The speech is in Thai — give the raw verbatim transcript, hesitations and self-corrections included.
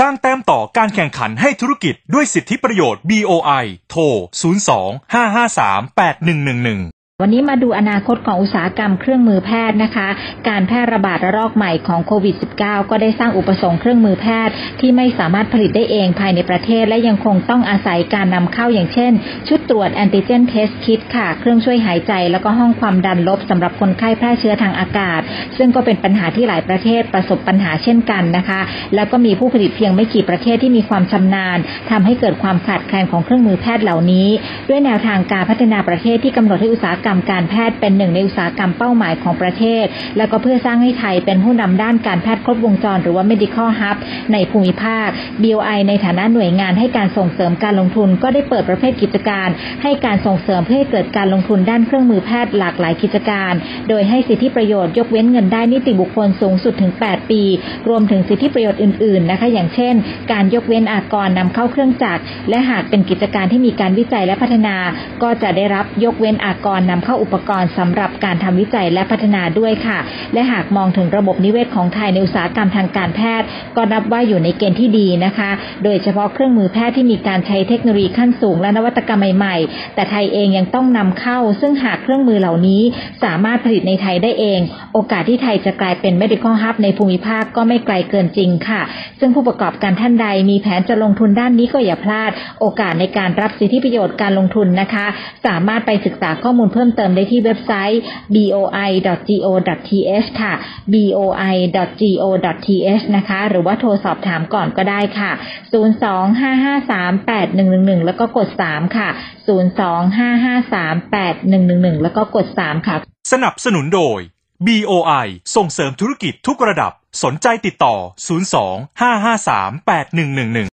สร้างแต้มต่อการแข่งขันให้ธุรกิจด้วยสิทธิประโยชน์ บี โอ ไอ โทร ศูนย์ สอง ห้า ห้า สาม แปด หนึ่ง หนึ่ง หนึ่งวันนี้มาดูอนาคตของอุตสาหกรรมเครื่องมือแพทย์นะคะการแพร่ระบาดระลอกใหม่ของโควิด สิบเก้า ก็ได้สร้างอุปสงค์เครื่องมือแพทย์ที่ไม่สามารถผลิตได้เองภายในประเทศและยังคงต้องอาศัยการนำเข้าอย่างเช่นชุดตรวจแอนติเจนเทสคิทค่ะเครื่องช่วยหายใจแล้วก็ห้องความดันลบสำหรับคนไข้แพร่เชื้อทางอากาศซึ่งก็เป็นปัญหาที่หลายประเทศประสบปัญหาเช่นกันนะคะแล้วก็มีผู้ผลิตเพียงไม่กี่ประเทศที่มีความชำนาญทำให้เกิดความขาดแคลนของเครื่องมือแพทย์เหล่านี้ด้วยแนวทางการพัฒนาประเทศที่กำหนดให้อุตสาหกรรมการแพทย์เป็นหนึ่งในอุตสาหกรรมเป้าหมายของประเทศแล้วก็เพื่อสร้างให้ไทยเป็นผู้นำด้านการแพทย์ครบวงจรหรือว่า medical hub ในภูมิภาค บี โอ ไอ ในฐานะหน่วยงานให้การส่งเสริมการลงทุนก็ได้เปิดประเภทกิจการให้การส่งเสริมเพื่อให้เกิดการลงทุนด้านเครื่องมือแพทย์หลากหลายกิจการโดยให้สิทธิประโยชน์ยกเว้นเงินได้นิติบุคคลสูงสุดถึงแปดปีรวมถึงสิทธิประโยชน์อื่นๆนะคะอย่างเช่นการยกเว้นอากรนำเข้าเครื่องจักรและหากเป็นกิจการที่มีการวิจัยและพัฒนาก็จะได้รับยกเว้นอากรนำเข้าอุปกรณ์สำหรับการทำวิจัยและพัฒนาด้วยค่ะและหากมองถึงระบบนิเวศของไทยในอุตสาหกรรมทางการแพทย์ก็นับว่าอยู่ในเกณฑ์ที่ดีนะคะโดยเฉพาะเครื่องมือแพทย์ที่มีการใช้เทคโนโลยีขั้นสูงและนวัตกรรมใหม่ๆแต่ไทยเองยังต้องนำเข้าซึ่งหากเครื่องมือเหล่านี้สามารถผลิตในไทยได้เองโอกาสที่ไทยจะกลายเป็น medical hub ในภูมิภาคก็ไม่ไกลเกินจริงค่ะซึ่งผู้ประกอบการท่านใดมีแผนจะลงทุนด้านนี้ก็อย่าพลาดโอกาสในการรับสิทธิประโยชน์การลงทุนนะคะสามารถไปศึกษาข้อมูลเพิ่มเติมได้ที่เว็บไซต์ บี โอ ไอ ดอท จี โอ ดอท ที เอช ค่ะ บี โอ ไอ ดอท จี โอ ดอท ที เอช นะคะหรือว่าโทรสอบถามก่อนก็ได้ค่ะ ศูนย์ สอง ห้า ห้า สาม แปด หนึ่ง หนึ่ง หนึ่ง แล้วก็กดสามค่ะ ศูนย์ สอง ห้า ห้า สาม แปด หนึ่ง หนึ่ง หนึ่ง แล้วก็กดสามค่ะสนับสนุนโดย บี โอ ไอ ส่งเสริมธุรกิจทุกระดับสนใจติดต่อ ศูนย์ สอง ห้า ห้า สาม แปด หนึ่ง หนึ่ง หนึ่ง